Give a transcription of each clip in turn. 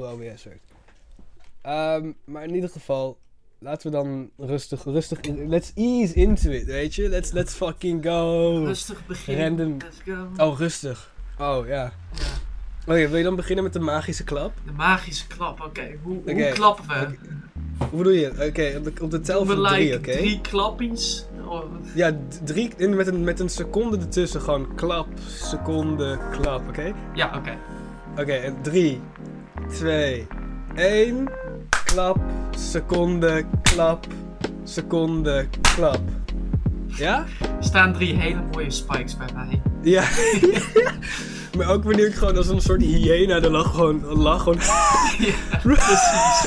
hoe OBS werkt. Maar in ieder geval, laten we dan rustig, let's ease into it, weet je? Let's fucking go. Rustig beginnen. Random. Let's go. Oh, rustig. Oh, ja. Ja. Oké, wil je dan beginnen met de magische klap? De magische klap, oké. Hoe Oké. klappen we? Hoe bedoel je? Oké, op de tel Doen we van 3, like oké? 3 klappies? Oh, Ja, 3 met een seconde ertussen. Gewoon klap, seconde, klap, oké? ja, oké. Oké, en 3, 2, 1. Klap, seconde, klap, seconde, klap. Ja? Er staan 3 hele mooie spikes bij mij. Ja. Maar ook wanneer ik gewoon als een soort hyena er lag gewoon... Ja, precies.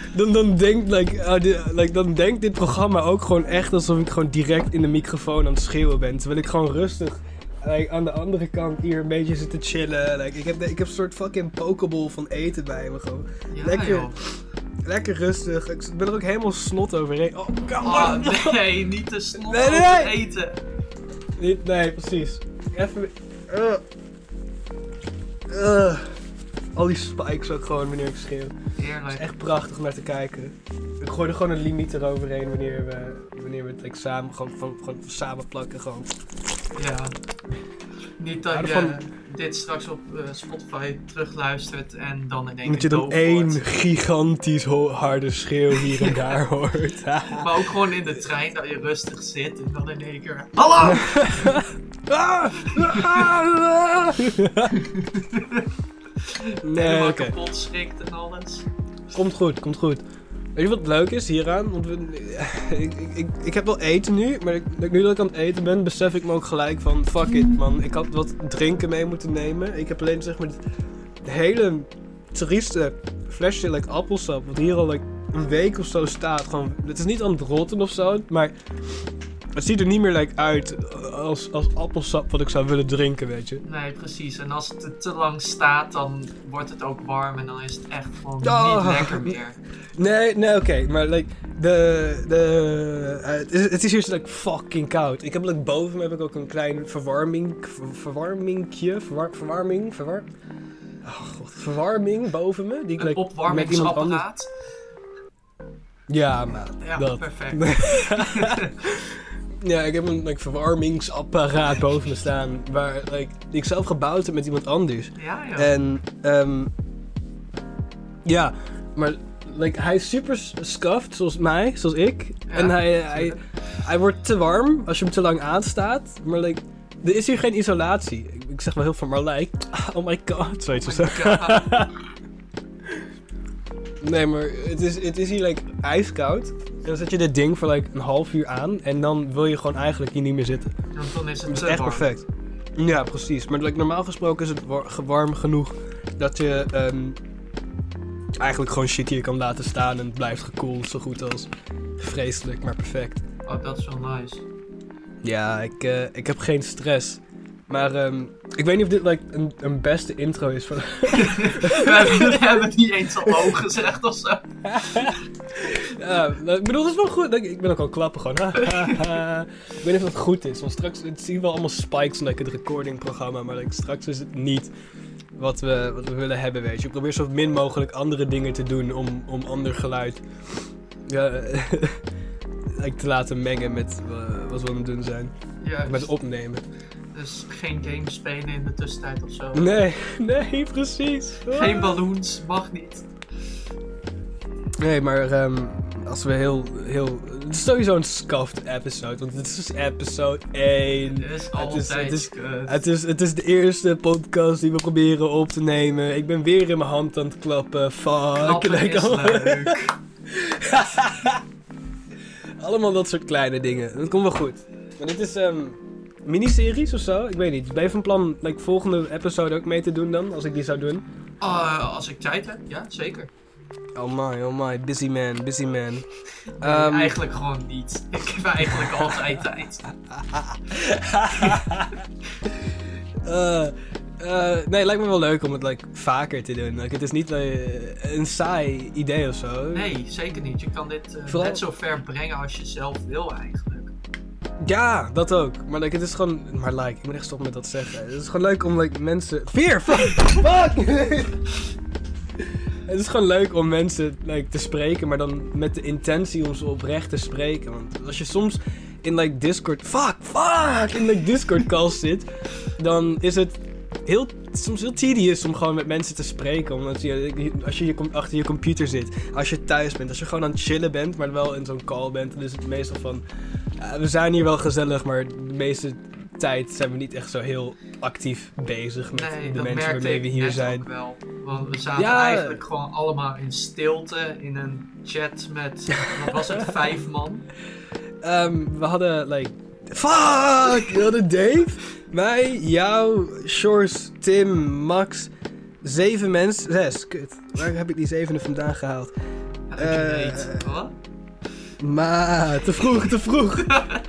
Dan denkt dit programma ook gewoon echt alsof ik gewoon direct in de microfoon aan het schreeuwen ben. Terwijl ik gewoon rustig aan de andere kant hier een beetje zit te chillen. Ik heb een soort fucking pokeball van eten bij me gewoon. Ja, Lekker. joh. Lekker rustig. Ik ben er ook helemaal snot overheen. Oh, come Oh, on. nee, niet te snel Nee. over eten. Nee, precies. Even... al die spikes ook gewoon wanneer ik schreeuw. Het Heerlijk. is echt prachtig om naar te kijken. Ik gooi er gewoon een limiet eroverheen wanneer we het samen, gewoon samen plakken. Gewoon. Ja. Niet dat Hou je ervan. dit straks op Spotify terugluistert en dan in één Dat je keer dan doof één wordt. gigantisch harde schreeuw hier en daar hoort. Maar ook gewoon in de trein dat je rustig zit en dan in één keer... Hallo! Nee, Helemaal oké. kapot schrikt en alles. Komt goed. Weet je wat leuk is hieraan? Want ik heb wel eten nu, maar nu dat ik aan het eten ben, besef ik me ook gelijk van... Fuck it, man. Ik had wat drinken mee moeten nemen. Ik heb alleen zeg maar dit hele trieste flesje appelsap, wat hier al een week of zo staat. Gewoon, het is niet aan het rotten of zo, maar het ziet er niet meer uit als appelsap wat ik zou willen drinken, weet je. Nee, precies. En als het te lang staat, dan wordt het ook warm en dan is het echt gewoon Oh. niet lekker meer. Nee, oké, maar het is hier fucking koud. Ik heb boven me heb ik ook een klein verwarming boven me. Die ik Een met iemand anders... opwarmingsapparaat. Ja, maar Ja, dat. perfect. Ja, ik heb een verwarmingsapparaat boven me staan waar die ik zelf gebouwd heb met iemand anders. Ja. En ja, maar hij is super scuffed, zoals ik. Ja, En natuurlijk. hij wordt te warm als je hem te lang aanstaat. Maar er is hier geen isolatie. Ik zeg wel heel veel, maar oh my god, zoiets of zo. God. Nee, maar het is hier ijskoud. En dan zet je dit ding voor een half uur aan. En dan wil je gewoon eigenlijk hier niet meer zitten. Want dan is het Dat is te echt warm. perfect. Ja, precies. Maar normaal gesproken is het warm genoeg dat je eigenlijk gewoon shit hier kan laten staan en het blijft gekoeld, zo goed als vreselijk, maar perfect. Oh, dat is wel nice. Ja, ik heb geen stress. Maar ik weet niet of dit een beste intro is voor... We hebben het niet eens al hoog gezegd of zo. Ja, ik bedoel, dat is wel goed. Ik ben ook al klappen gewoon. Ik weet niet of dat goed is. Want straks, het zien wel allemaal spikes in het recordingprogramma. Maar straks is het niet wat we willen hebben, weet je. Ik probeer zo min mogelijk andere dingen te doen om ander geluid te laten mengen met wat we aan het doen zijn. Ja, Met opnemen. dus geen games spelen in de tussentijd of zo. Nee, precies. Geen balloons, mag niet. Nee, maar als we heel... Het is sowieso een scuffed episode, want het is dus episode 1. Het is altijd kut. Het is de eerste podcast die we proberen op te nemen. Ik ben weer in mijn hand aan het klappen. Fuck. Klappen is leuk. Allemaal dat soort kleine dingen. Dat komt wel goed. Maar dit is miniseries of zo? Ik weet niet. Ben je van plan volgende episode ook mee te doen dan? Als ik die zou doen? Als ik tijd heb, ja, zeker. Oh my. Busy man. Nee, eigenlijk gewoon niet. Ik heb eigenlijk altijd tijd. Nee, lijkt me wel leuk om het vaker te doen. Het is niet een saai idee of zo. Nee, zeker niet. Je kan dit Vooral- net zo ver brengen als je zelf wil eigenlijk. Ja, dat ook. Maar het is gewoon... Maar ik moet echt stoppen met dat zeggen. Het is gewoon leuk om mensen... Fuck! Het is gewoon leuk om mensen te spreken, maar dan met de intentie om ze oprecht te spreken. Want als je soms in Discord... in Discord calls zit, dan is het soms heel tedious om gewoon met mensen te spreken. Omdat als je achter je computer zit, als je thuis bent, als je gewoon aan het chillen bent, maar wel in zo'n call bent, dan is het meestal van... we zijn hier wel gezellig, maar de meeste tijd zijn we niet echt zo heel actief bezig met de mensen waarmee we hier zijn. Ook wel. Want we zaten eigenlijk gewoon allemaal in stilte in een chat met, wat was het, 5 man? We hadden, we hadden Dave, mij, jou, Shores, Tim, Max, 7 mensen. 6, kut. Waar heb ik die 7 vandaan gehaald? Wat? Maar, te vroeg.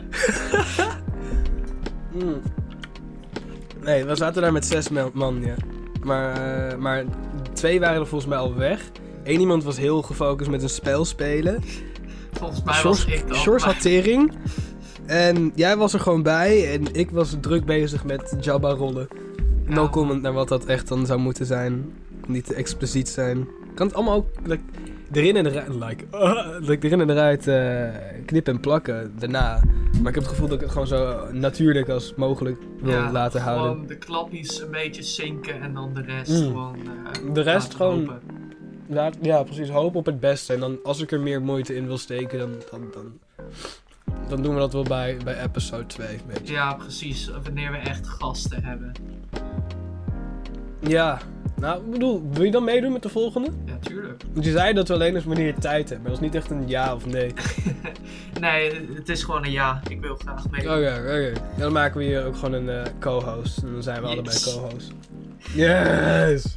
Nee, we zaten daar met 6 man, ja. Maar 2 waren er volgens mij al weg. 1 iemand was heel gefocust met een spel spelen. Volgens mij was ik dat. Shores had tering. En jij was er gewoon bij. En ik was druk bezig met Jabba rollen. Ja. No comment naar wat dat echt dan zou moeten zijn. Niet te expliciet zijn. Kan het allemaal ook erin en eruit knippen en plakken daarna. Maar ik heb het gevoel dat ik het gewoon zo natuurlijk als mogelijk wil laten houden. Gewoon de klappies een beetje zinken en dan de rest gewoon... de rest gewoon... Ja, precies. Hopen op het beste. En dan als ik er meer moeite in wil steken, dan doen we dat wel bij episode 2. Beetje. Ja, precies. Wanneer we echt gasten hebben. Ja. Nou, ik bedoel, wil je dan meedoen met de volgende? Ja, tuurlijk. Want je zei dat we alleen eens wanneer je tijd hebt. Maar dat is niet echt een ja of nee. Nee, het is gewoon een ja. Ik wil graag meedoen. Oké. Dan maken we hier ook gewoon een co-host. En dan zijn we allebei co-host. Yes!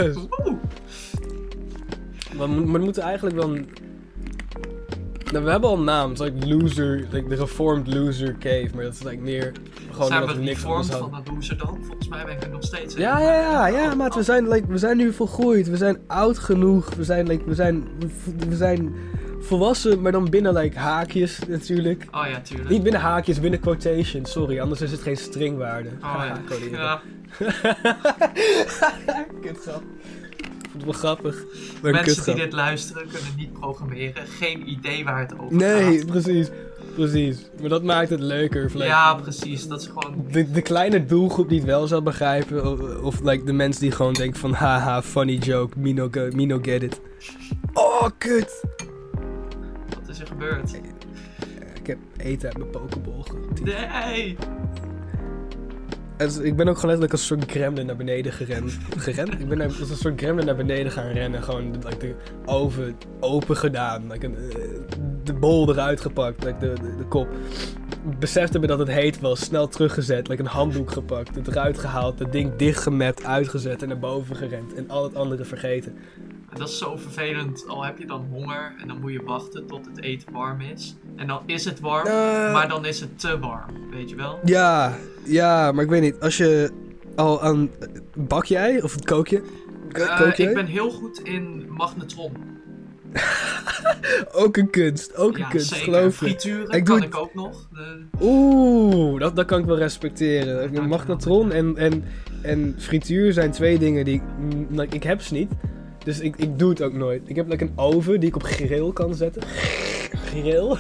Maar we moeten eigenlijk wel... Nou, we hebben al een naam. Het is Loser, de Reformed Loser Cave. Maar dat is meer gewoon zijn omdat we niks anders hadden. Van de loser dan? Volgens mij ben ik er nog steeds. Ja, maat. We zijn nu volgroeid. We zijn oud genoeg. We zijn volwassen, maar dan binnen haakjes natuurlijk. Oh ja, tuurlijk. Niet binnen haakjes, binnen quotations. Sorry, anders is het geen stringwaarde. Oh ja. Kutgrap. Het wel grappig. Mensen die dit luisteren kunnen niet programmeren. Geen idee waar het over gaat. Nee, precies. Maar dat maakt het leuker. Ja, precies. Dat is gewoon... De kleine doelgroep die het wel zal begrijpen. Of de mensen die gewoon denken van... Haha, funny joke. Me no get it. Oh, kut. Wat is er gebeurd? Ik heb eten uit mijn pokeball. Nee! Ik ben ook gewoon letterlijk als een soort gremlin naar beneden gerend. Ik ben als een soort gremlin naar beneden gaan rennen. Gewoon de oven open gedaan. De bol eruit gepakt. De kop. Besefte me dat het heet was. Snel teruggezet. Een handdoek gepakt. Het eruit gehaald. Het ding dichtgemapt. Uitgezet. En naar boven gerend. En al het andere vergeten. Dat is zo vervelend. Al heb je dan honger. En dan moet je wachten tot het eten warm is. En dan is het warm. Maar dan is het te warm. Weet je wel? Ja, maar ik weet niet. Als je al aan... Bak jij? Of kook je? Ik ben heel goed in magnetron. Ook een kunst. Zeker. Geloof me. Frituren ik ook nog. Oeh, dat kan ik wel respecteren. Magnetron en frituur zijn 2 dingen die... Ik heb ze niet. Dus ik doe het ook nooit. Ik heb een oven die ik op grill kan zetten. Grill.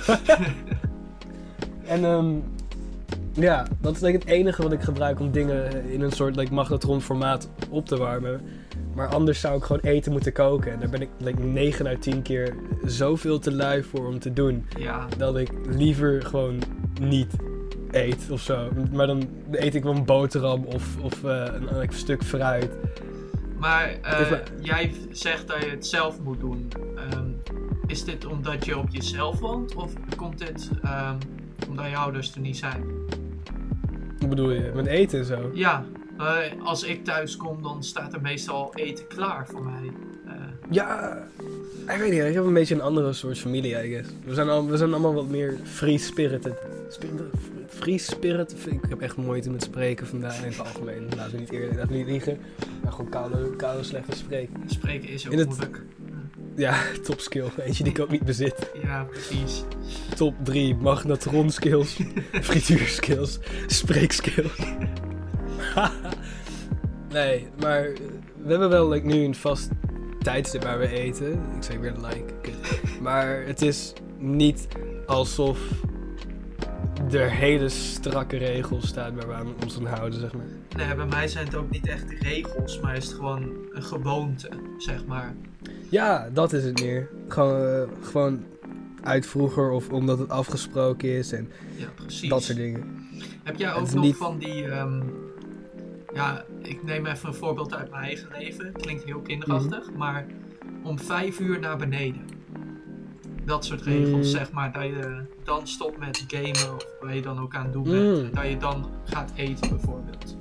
En ja, dat is het enige wat ik gebruik om dingen in een soort magnetron formaat op te warmen. Maar anders zou ik gewoon eten moeten koken. En daar ben ik 9 uit 10 keer zoveel te lui voor om te doen. Ja. Dat ik liever gewoon niet eet of zo. Maar dan eet ik wel een boterham of een stuk fruit. Maar jij zegt dat je het zelf moet doen. Is dit omdat je op jezelf woont? Of komt dit omdat je ouders er niet zijn? Wat bedoel je? Met eten en zo? Ja. Als ik thuis kom, dan staat er meestal eten klaar voor mij. Ja, ik weet niet. Ik heb een beetje een andere soort familie, I guess. We zijn allemaal wat meer free-spirited. Free-spirited? Ik heb echt moeite met spreken vandaag in het algemeen. Laten we niet liegen. Maar gewoon koude slechte spreken. Spreken is ook moeilijk. Ja, top skill. Eentje die ik ook niet bezit. Ja, precies. Top 3 magnetron skills, frituur skills, spreekskills. Nee, maar we hebben wel nu een vast tijdstip waar we eten. Ik zeg weer like. Maar het is niet alsof er hele strakke regels staan waar we aan ons aan houden, zeg maar. Nee, bij mij zijn het ook niet echt regels, maar is het gewoon een gewoonte, zeg maar. Ja, dat is het meer. Gewoon uit vroeger of omdat het afgesproken is en ja, precies. Dat soort dingen. Heb jij ook nog van die... ja, ik neem even een voorbeeld uit mijn eigen leven. Het klinkt heel kinderachtig, maar om 5 uur naar beneden. Dat soort regels, zeg maar. Dat je dan stopt met gamen of wat je dan ook aan het doen bent. Dat je dan gaat eten, bijvoorbeeld.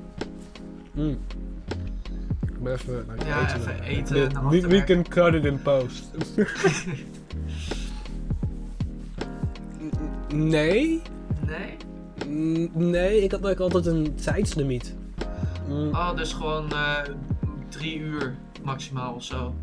Ik ben even eten. We can cut it in post. Nee. Nee? Nee, ik had altijd een tijdslimiet. Oh, dus gewoon 3 uur maximaal of zo.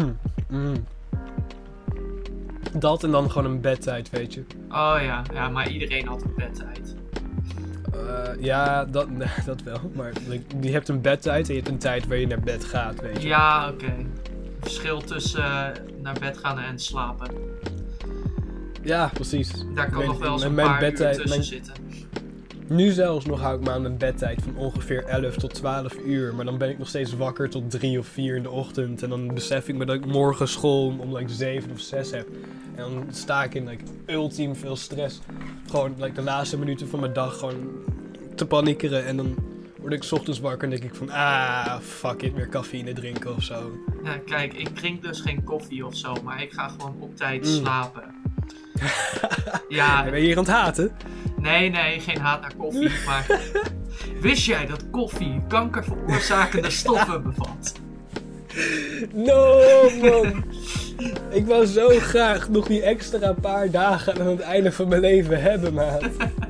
Dat en dan gewoon een bedtijd, weet je. Oh ja, maar iedereen had een bedtijd. Ja, dat wel. Maar je hebt een bedtijd en je hebt een tijd waar je naar bed gaat, weet je. Ja, oké. Verschil tussen naar bed gaan en slapen. Ja, precies. Daar kan nog wel eens een paar uur tussen zitten. Nu zelfs nog hou ik me aan een bedtijd van ongeveer 11 tot 12 uur. Maar dan ben ik nog steeds wakker tot 3 of 4 in de ochtend. En dan besef ik me dat ik morgen school om 7 of 6 heb. En dan sta ik in ultiem veel stress. Gewoon de laatste minuten van mijn dag gewoon te paniekeren. En dan word ik 's ochtends wakker en denk ik van... fuck it, weer cafeïne drinken of zo. Ja, kijk, ik drink dus geen koffie of zo. Maar ik ga gewoon op tijd slapen. Ja. Ben je hier aan het haten? Nee, geen haat naar koffie. Maar wist jij dat koffie kankerveroorzakende stoffen bevat? No, man. Ik wou zo graag nog die extra paar dagen aan het einde van mijn leven hebben, maat.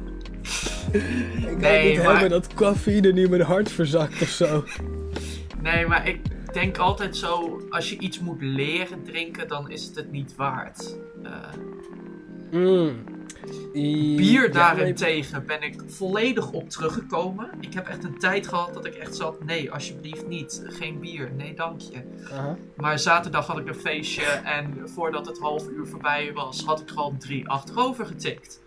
Ik kan niet hebben dat cafeïne nu mijn hart verzakt of zo. Nee, maar ik denk altijd zo, als je iets moet leren drinken, dan is het niet waard. Bier daarentegen ben ik volledig op teruggekomen. Ik heb echt een tijd gehad dat ik echt zat, nee, alsjeblieft niet. Geen bier, nee dank je. Maar zaterdag had ik een feestje en voordat het half uur voorbij was, had ik gewoon 3 achterover getikt.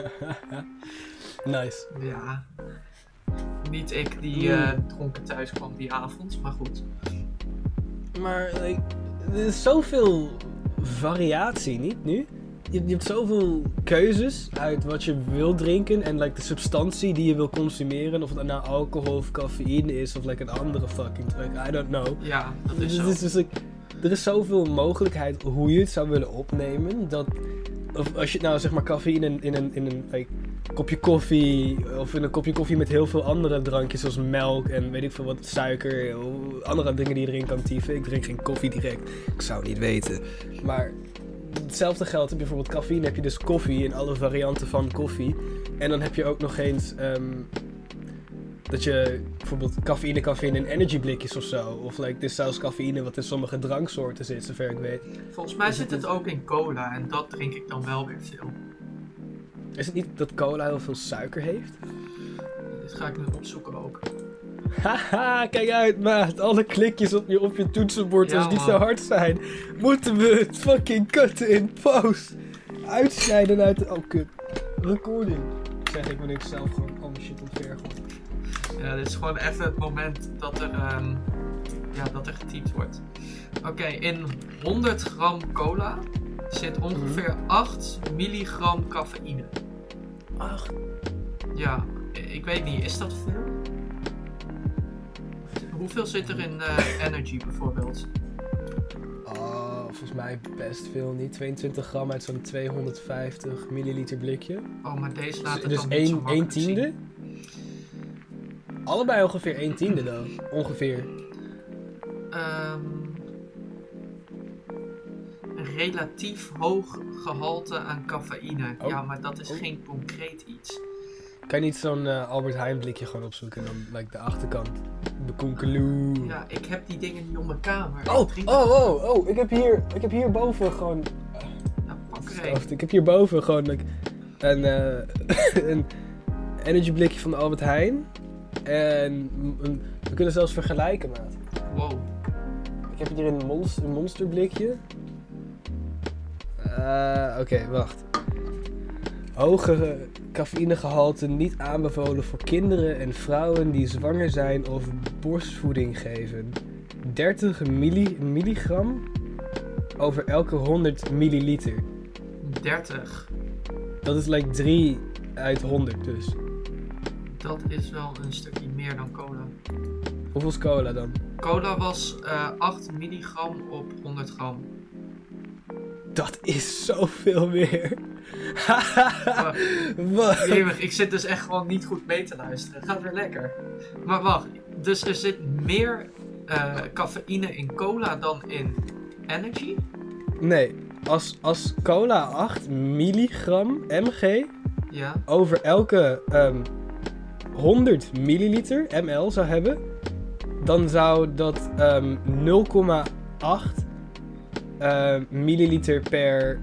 Nice. Ja. Niet ik die dronken thuis kwam die avond, maar goed. Maar er is zoveel variatie, niet nu? Je hebt zoveel keuzes uit wat je wil drinken en de substantie die je wil consumeren. Of het nou alcohol of cafeïne is of een andere fucking I don't know. Ja, dat is zo. Dus er is zoveel mogelijkheid hoe je het zou willen opnemen. Dat, of als je nou zeg maar cafeïne in een kopje koffie of in een kopje koffie met heel veel andere drankjes zoals melk en weet ik veel wat, suiker, andere dingen die je erin kan tyfen. Ik drink geen koffie direct. Ik zou het niet weten. Maar hetzelfde geldt, heb je bijvoorbeeld cafeïne, heb je dus koffie in alle varianten van koffie. En dan heb je ook nog eens dat je bijvoorbeeld cafeïne kan vinden in energy blikjes of zo. Of er is zelfs cafeïne wat in sommige dranksoorten zit, zover ik weet. Volgens mij zit het ook in cola en dat drink ik dan wel weer veel. Is het niet dat cola heel veel suiker heeft? Dit ga ik nu opzoeken ook. Haha, kijk uit maat. Alle klikjes op je toetsenbord als die zo hard zijn. Moeten we het fucking cutten in post. Uitsnijden uit de... Oh kut. Recording. Zeg ik wanneer ik zelf gewoon al mijn shit omvergooi. Ja, dit is gewoon even het moment dat er getypt wordt. Oké, in 100 gram cola zit ongeveer 8 milligram cafeïne. 8? Ja, ik weet niet. Is dat veel? Hoeveel zit er in energy bijvoorbeeld? Volgens mij best veel niet. 22 gram uit zo'n 250 milliliter blikje. Oh, maar deze laat het dus dan niet zo makkelijk 1/10? zien. Allebei ongeveer 1/10 dan. Ongeveer. Een relatief hoog gehalte aan cafeïne. Oh. Ja, maar dat is geen concreet iets. Kan je niet zo'n Albert Heijn blikje gewoon opzoeken en dan de achterkant? De konkeloe. Ja, ik heb die dingen niet op mijn kamer. Ik heb hier boven gewoon... Nou, pak er een. Ik heb hierboven gewoon een energy blikje van de Albert Heijn. En we kunnen zelfs vergelijken, maat. Wow. Ik heb hier een monsterblikje. Oké, wacht. Hoge cafeïnegehalte niet aanbevolen voor kinderen en vrouwen die zwanger zijn of borstvoeding geven. 30 milligram over elke 100 milliliter. 30. Dat is like 3 uit 100 dus. Dat is wel een stukje meer dan cola. Hoeveel is cola dan? Cola was 8 milligram op 100 gram. Dat is zoveel meer. Wat? Jemig, ik zit dus echt gewoon niet goed mee te luisteren. Gaat weer lekker. Maar wacht, dus er zit meer cafeïne in cola dan in energy? Nee, als cola 8 milligram mg Ja. over elke 100 milliliter ml zou hebben, dan zou dat 0,8 milliliter per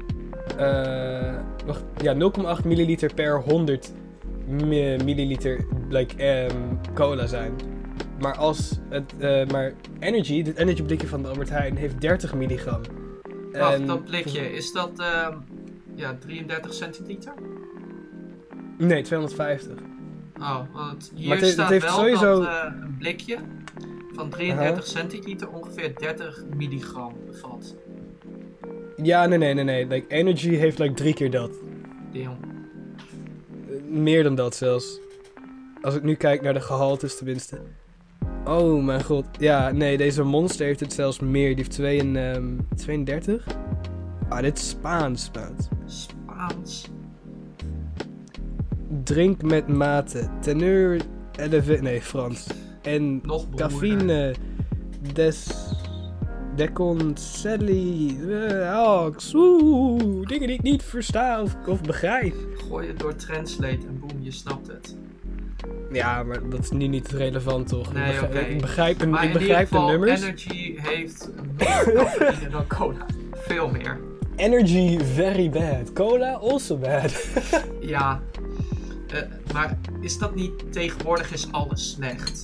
0,8 milliliter per 100 milliliter cola zijn. Maar maar Energy, dit Energy blikje van de Albert Heijn, heeft 30 milligram. Wacht, dat blikje, is dat 33 centiliter? Nee, 250. Oh, want hier Maar het staat heeft wel sowieso... dat een blikje van 33 centiliter ongeveer 30 milligram bevat. Ja, nee. Like, Energy heeft 3 keer dat. Damn. Meer dan dat zelfs. Als ik nu kijk naar de gehaltes tenminste. Oh mijn god. Ja, nee, deze Monster heeft het zelfs meer. Die heeft 32. Ah, dit is Spaans. Spaans. Drink met mate. Teneur 11... Nee, Frans. En Nog cafeïne deconcelli... dingen die ik niet versta of begrijp. Gooi het door Translate en boem, je snapt het. Ja, maar dat is nu niet relevant, toch? Nee, oké. Ik begrijp de geval, nummers. Energy heeft meer cafeïne dan cola. Veel meer. Energy, very bad. Cola, also bad. Ja. Maar is dat niet... Tegenwoordig is alles slecht.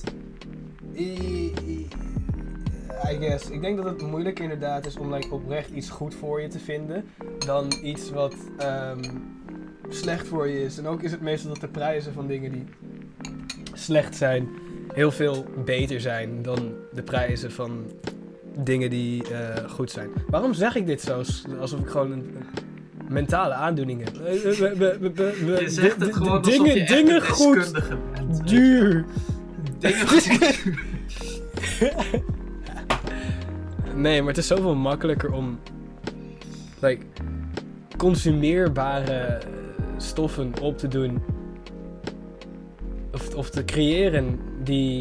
I guess. Ik denk dat het moeilijk inderdaad is om oprecht iets goed voor je te vinden. Dan iets wat slecht voor je is. En ook is het meestal dat de prijzen van dingen die slecht zijn heel veel beter zijn dan de prijzen van dingen die goed zijn. Waarom zeg ik dit zo? Alsof ik gewoon een mentale aandoening heb. Je zegt het gewoon alsof je echt dingen een goed, deskundige bent. duur. Dingen goed. Nee, maar het is zoveel makkelijker om consumeerbare stoffen op te doen. Of te creëren die...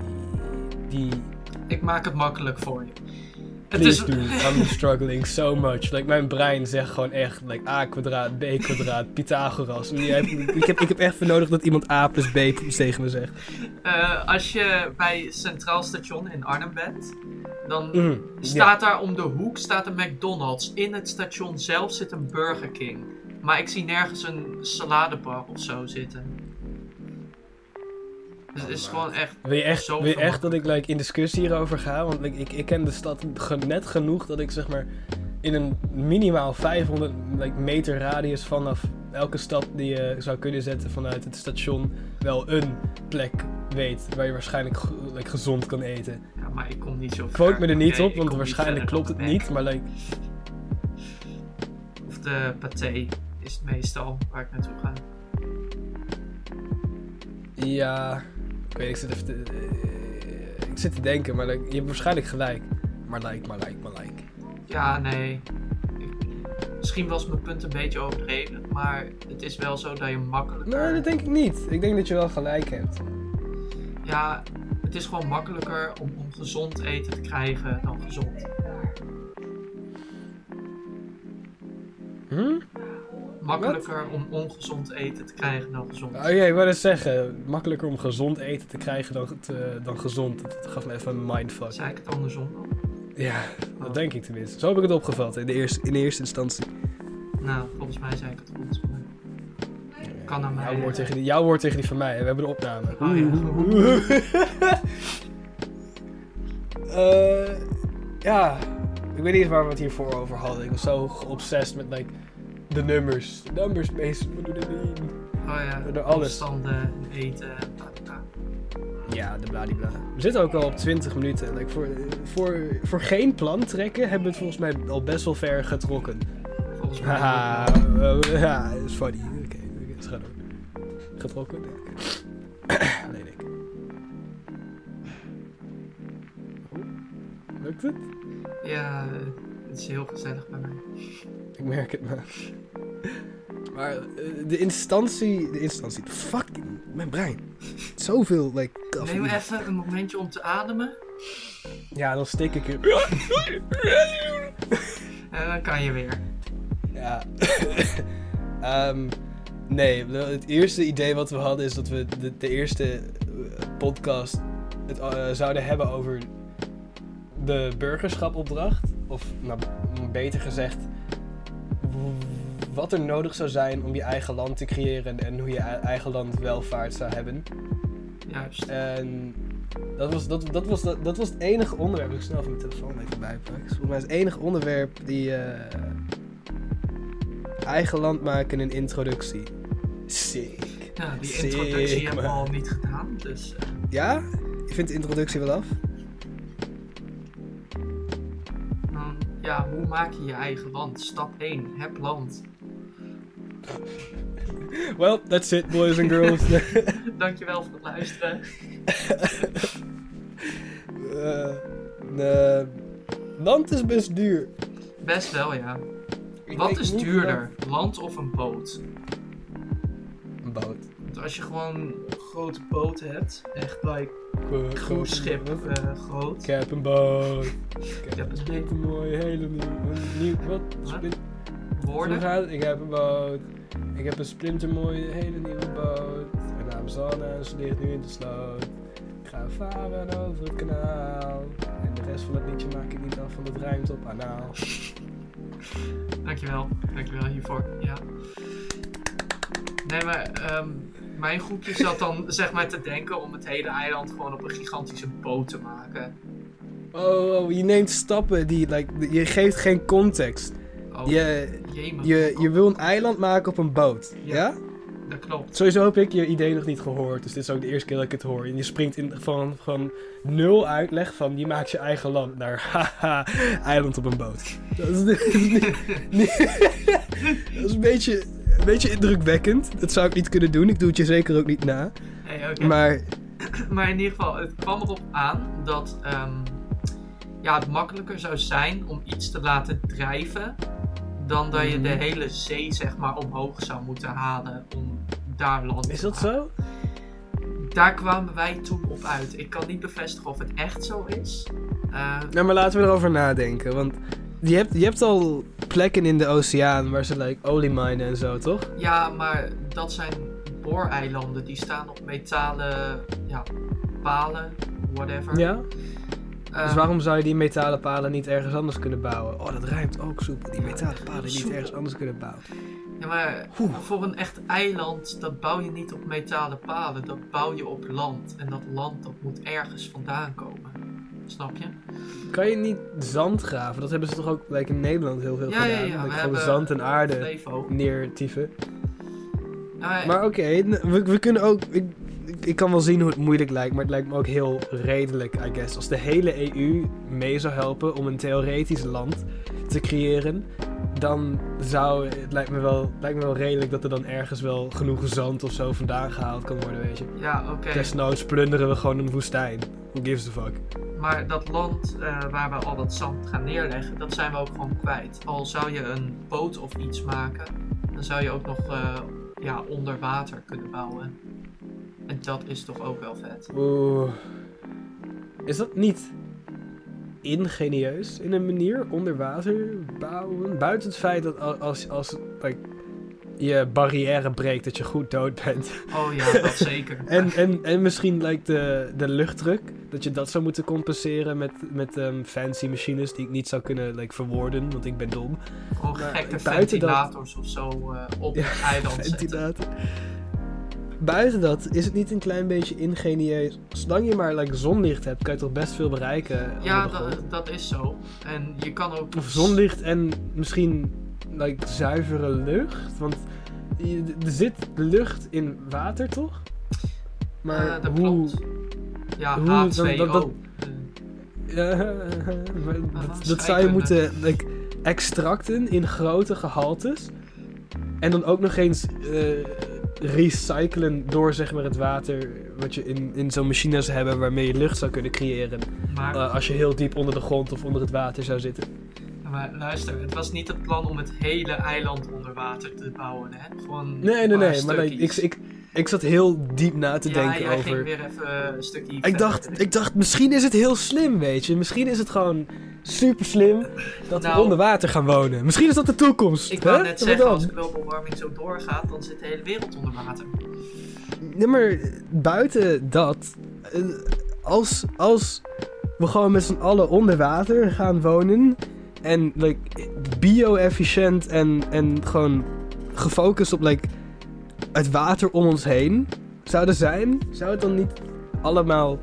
Ik maak het makkelijk voor je. Please do, I'm struggling so much. Mijn brein zegt gewoon echt a kwadraat, b kwadraat, Pythagoras. Ik heb echt even nodig dat iemand a plus b tegen me zegt. Als je bij Centraal Station in Arnhem bent, dan staat daar om de hoek een McDonald's. In het station zelf zit een Burger King. Maar ik zie nergens een saladebar of zo zitten. Dus het is gewoon echt... Wil je echt dat ik in discussie hierover ga? Want ik ken de stad net genoeg dat ik zeg maar in een minimaal 500 meter radius vanaf elke stad die je zou kunnen zetten vanuit het station wel een plek weet waar je waarschijnlijk gezond kan eten. Ja, maar ik kom niet zo ver. Quote me er niet op, want waarschijnlijk klopt het niet, maar Of de Pathé is het meestal waar ik naartoe ga. Ja... Ik weet, ik zit te denken, maar je hebt waarschijnlijk gelijk. Maar Ja, nee. Misschien was mijn punt een beetje overdreven, maar het is wel zo dat je makkelijker... Nee, dat denk ik niet. Ik denk dat je wel gelijk hebt. Ja, het is gewoon makkelijker om gezond eten te krijgen dan gezond. Makkelijker om ongezond eten te krijgen dan gezond. Oh ja, ik wou eens zeggen, makkelijker om gezond eten te krijgen dan gezond. Dat gaf me even een mindfuck. Zei ik het andersom dan? Ja, dat denk ik tenminste. Zo heb ik het opgevat in de eerste instantie. Nou, volgens mij zei ik het goed. Maar... Kan naar mij. Jouw woord tegen die van mij. We hebben de opname. Oh ja. Ja, ik weet niet eens waar we het hiervoor over hadden. Ik was zo geobsessed met like, de nummers. Numbers, Mason, what do they mean? Oh ja, Door alles. afstanden, eten, bla bla. Ja, de bladibla. We zitten ook al op 20 minuten. Like, voor geen plan trekken hebben we het volgens mij al best wel ver getrokken. Volgens mij. Haha, ja, dat is funny. Oké, dus ga door. Getrokken? Nee, oké. Alleen ik. Lukt het? Ja, het is heel gezellig bij mij. Ik merk het maar. Maar de instantie, fucking, mijn brein. Zoveel, like, Neem cafeïne. even een momentje om te ademen. Ja, dan stik ik er. En dan kan je weer. Ja. Nee, het eerste idee wat we hadden is dat we de eerste podcast het zouden hebben over de burgerschapopdracht. Of nou, beter gezegd, wat er nodig zou zijn om je eigen land te creëren en hoe je eigen land welvaart zou hebben. Juist. En dat was het enige onderwerp. Ik snel van mijn telefoon even bijpakken. Volgens mij is het enige onderwerp die eigen land maken en een introductie. Sick. Ja, die Sick, introductie hebben we man. al niet gedaan, dus... Ja? Je vindt de introductie wel af? Ja, hoe maak je je eigen land? Stap 1, heb land. Well, that's it, boys and girls. Dankjewel voor het luisteren. Land is best duur. Best wel, ja. Ik Wat weet is niet duurder? Land of een boot? Een boot. Want als je gewoon een grote boot hebt, echt like cruise schip groot. Ik heb een boot. Ik heb heb een een mooie hele nieuw. Wat? Woorden? Hoe gaat het? Ik heb een boot. Ik heb een splintermooie hele nieuwe boot. Mijn naam is Anna en ze ligt nu in de sloot. Ik ga varen over het kanaal. En de rest van het liedje maak ik niet af, want het rijmt op anaal. Dankjewel hiervoor. Ja. Nee, maar mijn groepje zat dan zeg maar te denken om het hele eiland gewoon op een gigantische boot te maken. Oh, je neemt stappen die, je geeft geen context. Oh, Je wil een eiland maken op een boot, ja? Dat klopt. Sowieso heb ik je idee nog niet gehoord, dus dit is ook de eerste keer dat ik het hoor. En je springt van nul uitleg van je maakt je eigen land naar haha, eiland op een boot. Dat is een beetje indrukwekkend. Dat zou ik niet kunnen doen, ik doe het je zeker ook niet na. Hey, okay. Maar in ieder geval, het kwam erop aan dat het makkelijker zou zijn om iets te laten drijven dan dat je de hele zee zeg maar omhoog zou moeten halen om daar land te Is dat maken. zo? Daar kwamen wij toen op uit. Ik kan niet bevestigen of het echt zo is. Nou, maar laten we erover nadenken, want je hebt al plekken in de oceaan waar ze olie minen en zo, toch? Ja, maar dat zijn booreilanden. Die staan op metalen palen, whatever. Ja? Dus waarom zou je die metalen palen niet ergens anders kunnen bouwen? Oh, dat rijmt ook soepel. Die metalen palen niet ergens anders kunnen bouwen. Ja, maar voor een echt eiland, dat bouw je niet op metalen palen. Dat bouw je op land. En dat land, dat moet ergens vandaan komen. Snap je? Kan je niet zand graven? Dat hebben ze toch ook in Nederland heel veel gedaan? Ja. Gewoon zand en aarde neertieven. Maar oké, we kunnen ook... Ik kan wel zien hoe het moeilijk lijkt, maar het lijkt me ook heel redelijk, I guess. Als de hele EU mee zou helpen om een theoretisch land te creëren, dan zou het lijkt me wel redelijk dat er dan ergens wel genoeg zand of zo vandaan gehaald kan worden, weet je. Ja, oké. Desnoods plunderen we gewoon een woestijn. Who gives a fuck? Maar dat land waar we al dat zand gaan neerleggen, dat zijn we ook gewoon kwijt. Al zou je een boot of iets maken, dan zou je ook nog onder water kunnen bouwen. En dat is toch ook wel vet. Oeh. Is dat niet ingenieus in een manier onder water bouwen? Buiten het feit dat als je barrière breekt, dat je goed dood bent. Oh ja, dat zeker. en misschien de luchtdruk, dat je dat zou moeten compenseren met fancy machines die ik niet zou kunnen verwoorden, want ik ben dom. Gewoon gekke ventilators of zo op het eiland zetten. Ventilator. buiten dat is het niet een klein beetje ingenieus. Zolang je maar zonlicht hebt, kan je toch best veel bereiken. Ja, dat is zo. En je kan ook... Of zonlicht en misschien zuivere lucht. Want er zit lucht in water, toch? Maar dat hoe... klopt. Ja, hoe H2O. Ja, maar dat zou je moeten extracten in grote gehaltes. En dan ook nog eens recyclen door zeg maar het water wat je in zo'n machine zou hebben waarmee je lucht zou kunnen creëren. Maar, als je heel diep onder de grond of onder het water zou zitten. maar luister, het was niet het plan om het hele eiland onder water te bouwen, hè? Gewoon Nee, maar ik zat heel diep na te denken jij over... ging weer even een stukje Ik dacht, misschien is het heel slim, weet je. Misschien is het gewoon super slim dat we onder water gaan wonen. Misschien is dat de toekomst. Ik wou net zeggen, als global warming zo doorgaat, dan zit de hele wereld onder water. Nee, maar buiten dat... Als we gewoon met z'n allen onder water gaan wonen... En bio-efficiënt en gewoon gefocust op het water om ons heen zouden zijn, zou het dan niet allemaal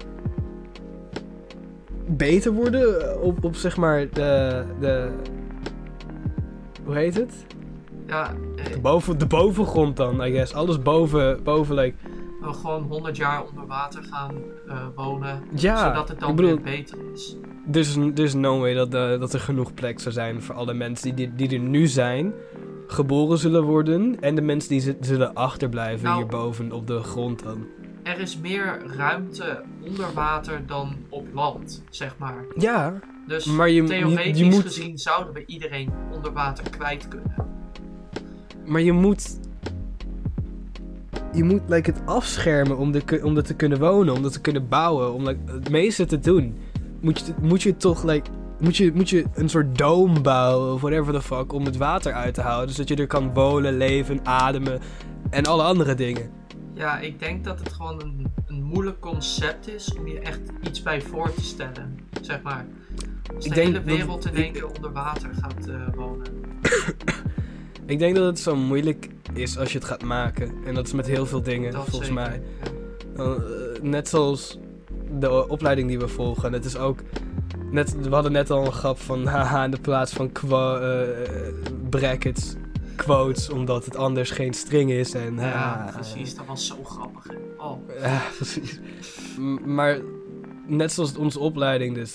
beter worden op zeg maar de hoe heet het? Ja, de bovengrond dan, I guess. Alles boven we gewoon 100 jaar onder water gaan wonen, zodat het dan weer beter is. Dus no way dat er genoeg plek zou zijn voor alle mensen die er nu zijn, geboren zullen worden en de mensen die zullen achterblijven hierboven op de grond dan. Er is meer ruimte onder water dan op land, zeg maar. Ja, dus maar theoretisch gezien zouden we iedereen onder water kwijt kunnen. Maar je moet het afschermen om er te kunnen wonen, om er te kunnen bouwen, om het meeste te doen. Moet je toch moet je een soort doom bouwen of whatever the fuck om het water uit te houden, zodat je er kan wonen, leven, ademen en alle andere dingen. Ja, ik denk dat het gewoon een moeilijk concept is om je echt iets bij voor te stellen, zeg maar. Als de hele wereld in één keer onder water gaat wonen. Ik denk dat het zo moeilijk is als je het gaat maken. En dat is met heel veel dingen, dat volgens zeker, mij. Ja. Net zoals de opleiding die we volgen. Het is ook... we hadden net al een grap van... Haha, in de plaats van brackets, quotes. Omdat het anders geen string is. En, ja, precies. Dat was zo grappig. Oh. Ja, precies. Maar net zoals onze opleiding dus.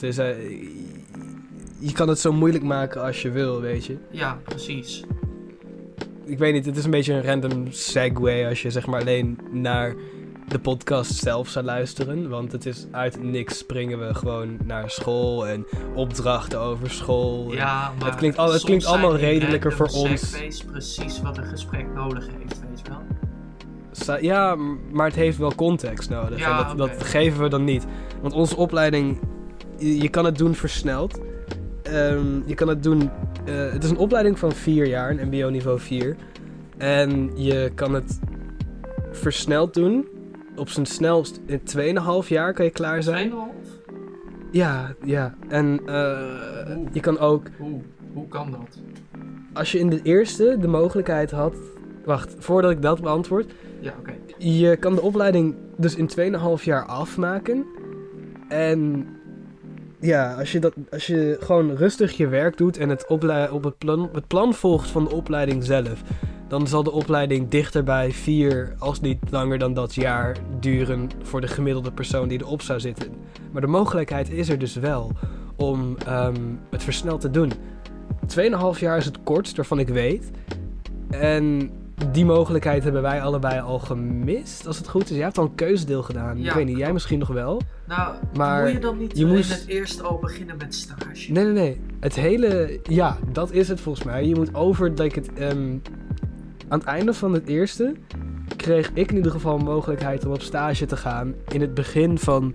Je kan het zo moeilijk maken als je wil, weet je. Ja, precies. Ik weet niet, het is een beetje een random segue als je zeg maar alleen naar de podcast zelf zou luisteren. Want het is uit niks springen we gewoon naar school en opdrachten over school. Ja, maar het klinkt allemaal redelijker voor ons. Segways precies wat een gesprek nodig heeft, weet je wel. Ja, maar het heeft wel context nodig. Ja, en dat geven we dan niet. Want onze opleiding, je kan het doen versneld. Je kan het doen... het is een opleiding van 4 jaar, een mbo niveau 4. En je kan het versneld doen. Op zijn snelst in 2,5 jaar kan je klaar zijn. 2,5? Ja. En je kan ook... Hoe kan dat? Als je in de eerste de mogelijkheid had... Wacht, voordat ik dat beantwoord. Ja, oké. Je kan de opleiding dus in 2,5 jaar afmaken. En... Ja, als je gewoon rustig je werk doet en het plan volgt van de opleiding zelf, dan zal de opleiding dichter bij 4, als niet langer dan dat jaar, duren voor de gemiddelde persoon die erop zou zitten. Maar de mogelijkheid is er dus wel om het versneld te doen. 2,5 jaar is het kortst, waarvan ik weet. En die mogelijkheid hebben wij allebei al gemist, als het goed is. Jij hebt al een keuzedeel gedaan. Ja, ik weet niet, jij misschien nog wel. Nou, maar moet je dan niet in het eerst al beginnen met stage? Nee. Het hele... Ja, dat is het volgens mij. Je moet over... aan het einde van het eerste kreeg ik in ieder geval een mogelijkheid om op stage te gaan in het begin van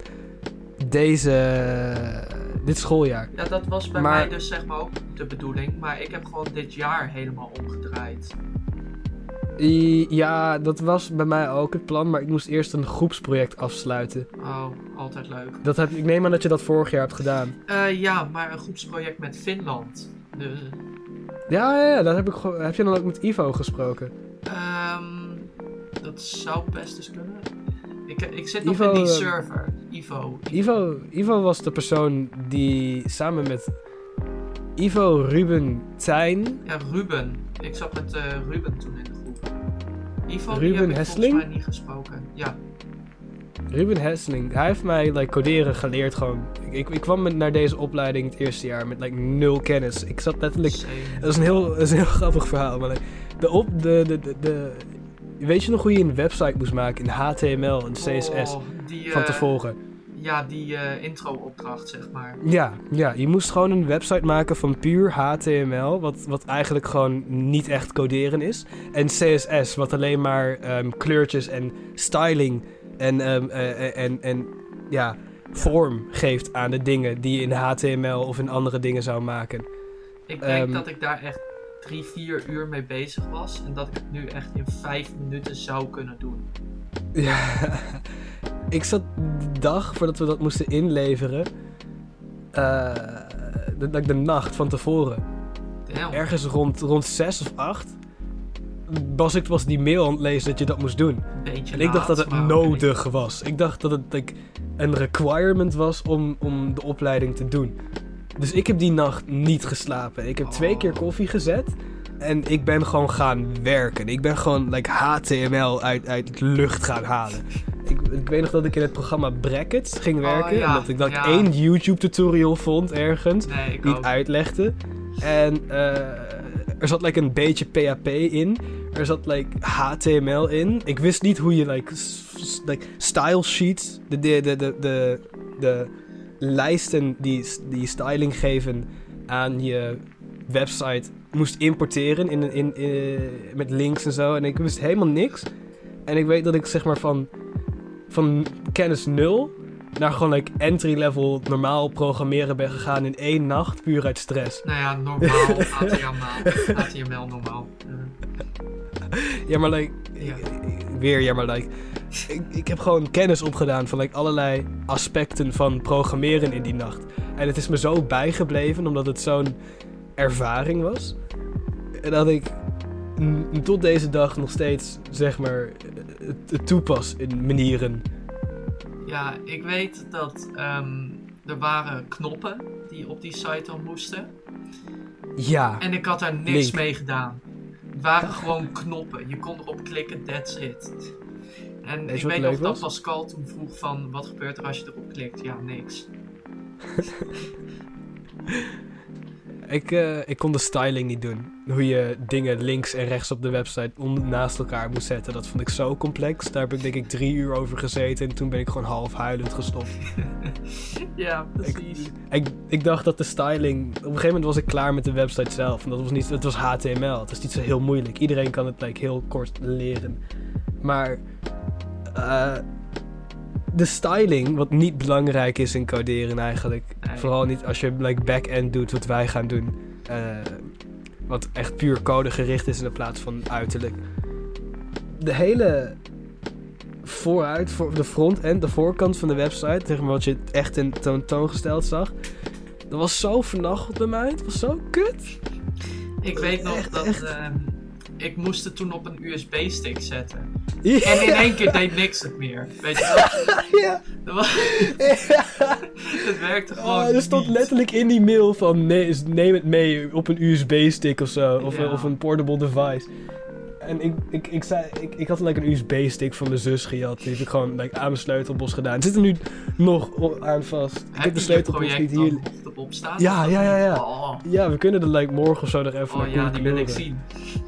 dit schooljaar. Ja, dat was bij mij dus zeg maar ook de bedoeling. Maar ik heb gewoon dit jaar helemaal omgedraaid. Ja, dat was bij mij ook het plan, maar ik moest eerst een groepsproject afsluiten. Oh, altijd leuk. Ik neem aan dat je dat vorig jaar hebt gedaan. Ja, maar een groepsproject met Finland. Ja, dat heb je dan ook met Ivo gesproken? Dat Dat zou best eens kunnen. Ik zit nog in die server. Ivo was de persoon die samen met Ivo, Ruben, Tijn... Ja, Ruben. Ik zat met Ruben toen in de groep. Ivo, Ruben die heb ik Hesseling? volgens mij niet gesproken. Ja. Ruben Hesseling, hij heeft mij coderen geleerd gewoon. Ik kwam naar deze opleiding het eerste jaar met 0 kennis. Ik zat letterlijk... Dat is een heel grappig verhaal, maar weet je nog hoe je een website moest maken in HTML en CSS van tevoren? Ja, die intro-opdracht, zeg maar. Ja, je moest gewoon een website maken van puur HTML, wat eigenlijk gewoon niet echt coderen is. En CSS, wat alleen maar kleurtjes en styling en vorm geeft aan de dingen die je in HTML of in andere dingen zou maken. Ik denk dat ik daar echt 3-4 uur mee bezig was en dat ik het nu echt in 5 minuten zou kunnen doen. Ja, ik zat de dag voordat we dat moesten inleveren, de nacht van tevoren, Damn. ergens rond 6 of 8, was die mail aan het lezen dat je dat moest doen. Beetje en ik dacht dat het nodig okay. was. Ik dacht dat het een requirement was om de opleiding te doen. Dus ik heb die nacht niet geslapen. Ik heb 2 keer koffie gezet. En ik ben gewoon gaan werken. Ik ben gewoon HTML uit de lucht gaan halen. Ik weet nog dat ik in het programma Brackets ging werken. Ja, en dat ik 1 YouTube tutorial vond ergens. Die het uitlegde. En er zat een beetje PHP in. Er zat HTML in. Ik wist niet hoe je style sheets, de lijsten die styling geven aan je website moest importeren met links en zo. En ik wist helemaal niks. En ik weet dat ik zeg maar van kennis 0 naar gewoon entry-level normaal programmeren ben gegaan in 1 nacht, puur uit stress. Nou ja, normaal, HTML normaal. Ja, maar ik heb gewoon kennis opgedaan van allerlei aspecten van programmeren in die nacht. En het is me zo bijgebleven, omdat het zo'n ervaring was. En dat ik tot deze dag nog steeds, zeg maar, het toepas in manieren. Ja, ik weet dat er waren knoppen die op die site al moesten. Ja. En ik had daar niks mee gedaan. Het waren gewoon knoppen. Je kon erop klikken, that's it. En ik weet nog dat Pascal toen vroeg van, wat gebeurt er als je erop klikt? Ja, niks. Ik kon de styling niet doen. Hoe je dingen links en rechts op de website naast elkaar moest zetten. Dat vond ik zo complex. Daar heb ik denk ik 3 uur over gezeten. En toen ben ik gewoon half huilend gestopt. Ja, precies. Ik dacht dat de styling... Op een gegeven moment was ik klaar met de website zelf. En het was HTML. Het is niet zo heel moeilijk. Iedereen kan het heel kort leren. Maar... de styling, wat niet belangrijk is in coderen eigenlijk. Nee. Vooral niet als je back-end doet, wat wij gaan doen. Wat echt puur code gericht is in plaats van uiterlijk. De hele de front-end, de voorkant van de website, zeg maar wat je echt in tentoongesteld zag. Dat was zo vernacheld bij mij. Het was zo kut. Ik weet nog dat... ik moest het toen op een USB-stick zetten. Ja. En in 1 keer deed niks het meer. Weet je wel? Ja. Het werkte gewoon niet. Er stond letterlijk in die mail van neem het mee op een USB-stick of zo. Of een portable device. En ik had een USB-stick van mijn zus gejat. Die heb ik gewoon aan mijn sleutelbos gedaan. Het zit er nu nog aan vast. Ik heb de sleutelbos niet hier. Op staan? Ja. Oh. Ja, we kunnen er morgen of zo nog even naar ja, die wil ik zien.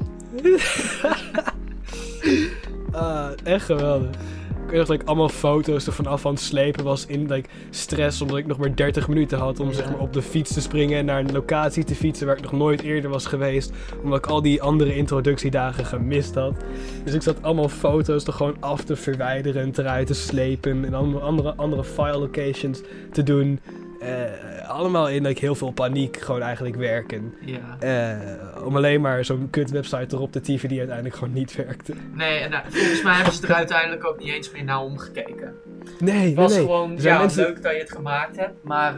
Echt geweldig. Ik weet nog dat ik allemaal foto's er vanaf aan het slepen was in stress, omdat ik nog maar 30 minuten had om zeg maar op de fiets te springen en naar een locatie te fietsen waar ik nog nooit eerder was geweest, omdat ik al die andere introductiedagen gemist had. Dus ik zat allemaal foto's er gewoon af te verwijderen en eruit te slepen en andere file locations te doen. Allemaal in heel veel paniek gewoon eigenlijk werken. Ja. Om alleen maar zo'n kut website erop te typen die uiteindelijk gewoon niet werkte. Nee, en volgens mij hebben ze er uiteindelijk ook niet eens meer naar omgekeken. Nee, het was gewoon, leuk dat je het gemaakt hebt, maar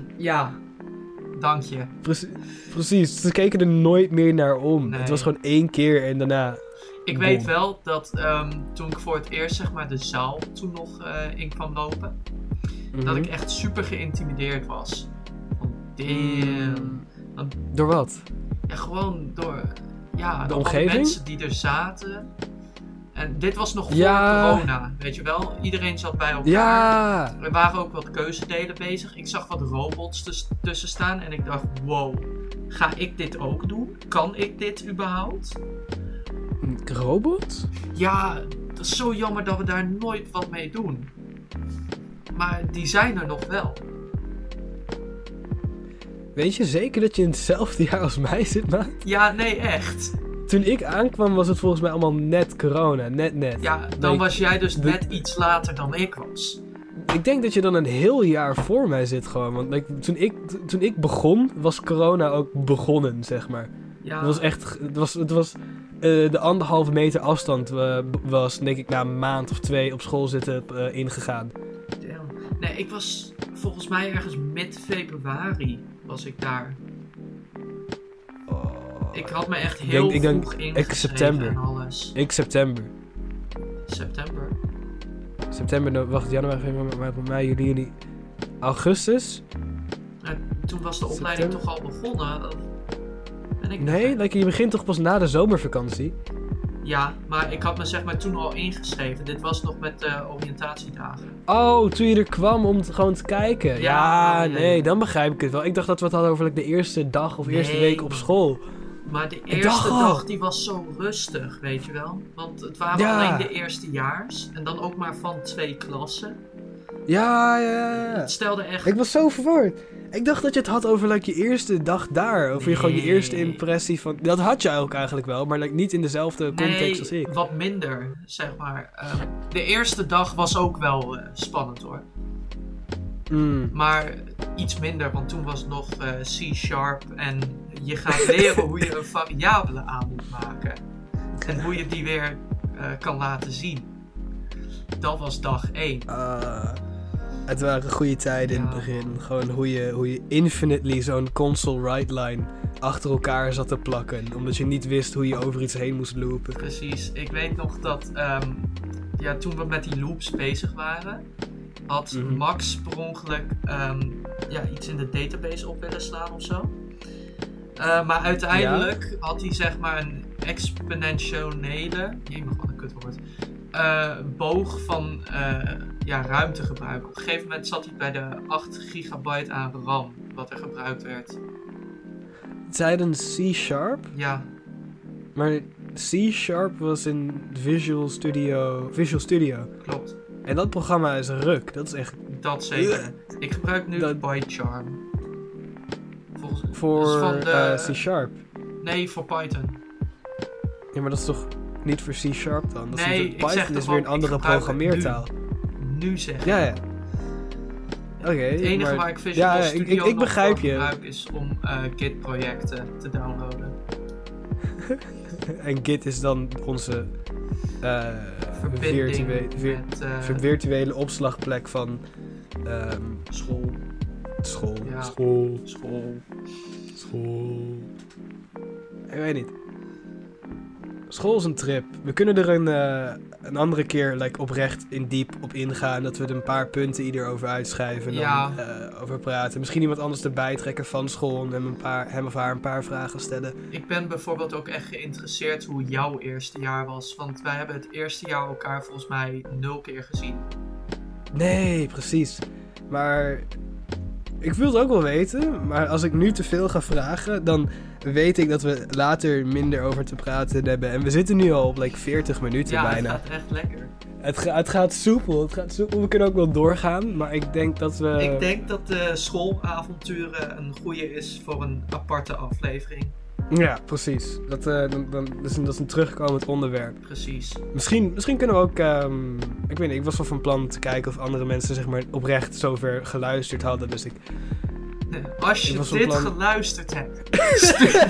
dank je. Precies, ze keken er nooit meer naar om. Nee. Het was gewoon 1 keer en daarna... Ik weet wel dat toen ik voor het eerst zeg maar de zaal toen nog in kwam lopen, dat ik echt super geïntimideerd was. Van damn. Door wat? Ja, gewoon door de alle omgeving? mensen die er zaten. En dit was nog voor corona, weet je wel. Iedereen zat bij elkaar. Ja! Er waren ook wat keuzedelen bezig. Ik zag wat robots tussen staan en ik dacht, wow, ga ik dit ook doen? Kan ik dit überhaupt? Robots? Ja, dat is zo jammer dat we daar nooit wat mee doen. Maar die zijn er nog wel. Weet je zeker dat je in hetzelfde jaar als mij zit, maat? Ja, nee, echt. Toen ik aankwam was het volgens mij allemaal net corona. Net. Ja, dan was jij dus net iets later dan ik was. Ik denk dat je dan een heel jaar voor mij zit gewoon. Want toen ik begon, was corona ook begonnen, zeg maar. Ja. Het was echt... Het was de 1,5 meter afstand was, denk ik, na een maand of 2 op school zitten ingegaan. Damn. Nee, ik was volgens mij ergens mid-februari was ik daar. Ik had me echt heel vroeg ingeschreven september. en alles. September. September, wacht, januari, februari, mei, juli, augustus? Toen was de opleiding toch al begonnen? Je begint toch pas na de zomervakantie? Ja, maar ik had me zeg maar toen al ingeschreven. Dit was nog met oriëntatiedagen. Oh, toen je er kwam om gewoon te kijken. Ja, dan begrijp ik het wel. Ik dacht dat we het hadden over de eerste dag of eerste week op school. Maar de eerste dag die was zo rustig, weet je wel. Want het waren alleen de eerstejaars. En dan ook maar van 2 klassen. Ja. Het stelde echt... Ik was zo verward. Ik dacht dat je het had over je eerste dag daar. Over gewoon je eerste impressie van... Dat had je ook eigenlijk wel, maar niet in dezelfde context als ik. Wat minder, zeg maar. De eerste dag was ook wel spannend hoor. Maar iets minder, want toen was het nog C# en je gaat leren hoe je een variabele aan moet maken. En hoe je die weer kan laten zien. Dat was dag 1. Het waren goede tijden in het begin. Gewoon hoe je infinitely zo'n console write line achter elkaar zat te plakken. Omdat je niet wist hoe je over iets heen moest loopen. Precies. Ik weet nog dat toen we met die loops bezig waren, had Max per ongeluk iets in de database op willen slaan of zo. Maar uiteindelijk had hij zeg maar een exponentiële... Jemig, wat een kutwoord. Boog van ruimtegebruik. Op een gegeven moment zat hij bij de 8 gigabyte aan RAM, wat er gebruikt werd. Tijdens C#? Ja. Maar C# was in Visual Studio. Klopt. En dat programma is ruk. Dat is echt... Dat zeker. Ik gebruik nu PyCharm. Voor C#? Nee, voor Python. Ja, maar dat is toch niet voor C# dan? Python is weer een andere programmeertaal. Nu zeg Ja. Oké. Het enige waar ik Visual Studio ik begrijp je. gebruik is om Git-projecten te downloaden. En Git is dan onze virtuele opslagplek van school. Ja. School. Ik weet niet. School is een trip. We kunnen er een andere keer oprecht in diep op ingaan. Dat we er een paar punten ieder over uitschrijven. En dan over praten. Misschien iemand anders erbij trekken van school. En hem of haar een paar vragen stellen. Ik ben bijvoorbeeld ook echt geïnteresseerd hoe jouw eerste jaar was. Want wij hebben het eerste jaar elkaar volgens mij 0 keer gezien. Nee, precies. Maar... Ik wil het ook wel weten, maar als ik nu te veel ga vragen, dan weet ik dat we later minder over te praten hebben. En we zitten nu al op 40 minuten bijna. Ja, het gaat echt lekker. Het gaat soepel, We kunnen ook wel doorgaan, maar ik denk dat we... Ik denk dat de schoolavonturen een goede is voor een aparte aflevering. Ja, precies. Dat is een terugkomend onderwerp. Precies. Misschien kunnen we ook... ik weet niet, ik was wel van plan te kijken of andere mensen zeg maar oprecht zover geluisterd hadden. Dus als je dit geluisterd hebt, stuur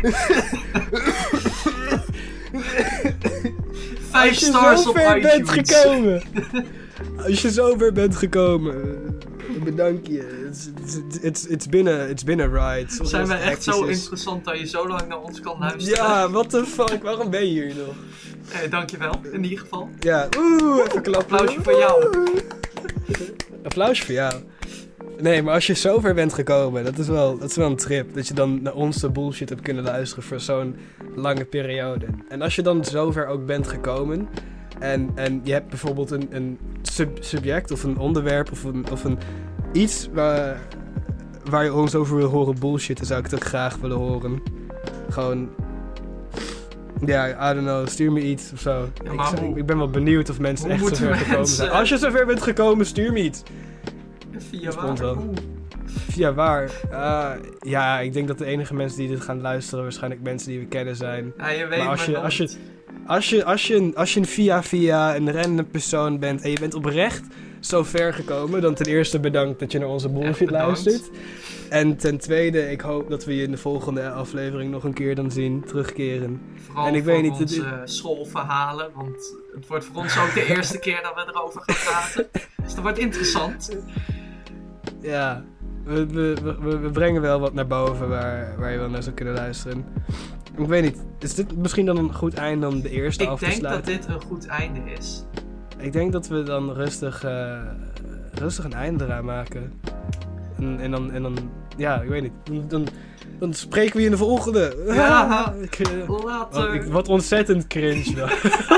5 stars op iTunes. Als je zover bent gekomen, bedank je. it's been a ride. Soms Zijn als we het echt zo hectisch is. interessant dat je zo lang naar ons kan luisteren? Ja, what the fuck, waarom ben je hier nog? Dankjewel, in ieder geval. Ja, even klappen. Applausje voor jou. Applausje voor jou. Nee, maar als je zover bent gekomen, dat is wel een trip. Dat je dan naar onze bullshit hebt kunnen luisteren voor zo'n lange periode. En als je dan zover ook bent gekomen en je hebt bijvoorbeeld een subject of een onderwerp of een iets waar je ons over wil horen bullshitten, zou ik het ook graag willen horen. Gewoon, ja, I don't know, stuur me iets of zo. Ja, ik ben wel benieuwd of mensen echt zover gekomen zijn. Als je zover bent gekomen, stuur me iets. Via waar? Via waar? Ja, ik denk dat de enige mensen die dit gaan luisteren waarschijnlijk mensen die we kennen zijn. Ja, je weet maar als je via een random persoon bent en je bent oprecht zo ver gekomen, dan ten eerste bedankt dat je naar onze bullshit luistert. En ten tweede, ik hoop dat we je in de volgende aflevering nog een keer dan zien, terugkeren. Vooral en ik voor weet niet, onze schoolverhalen, want het wordt voor ons ook de eerste keer dat we erover gaan praten. Dus dat wordt interessant. Ja, we brengen wel wat naar boven waar je wel naar zou kunnen luisteren. Ik weet niet, is dit misschien dan een goed einde om de eerste af te sluiten? Ik denk dat dit een goed einde is. Ik denk dat we dan rustig een einde eraan maken. En dan, ja, ik weet niet. Dan spreken we je in de volgende. Ja, later. Wat ontzettend cringe wel.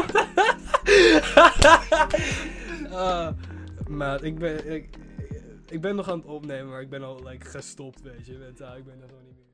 Maar ik ben nog aan het opnemen, maar ik ben al gestopt, weet je. Ik ben er gewoon niet meer.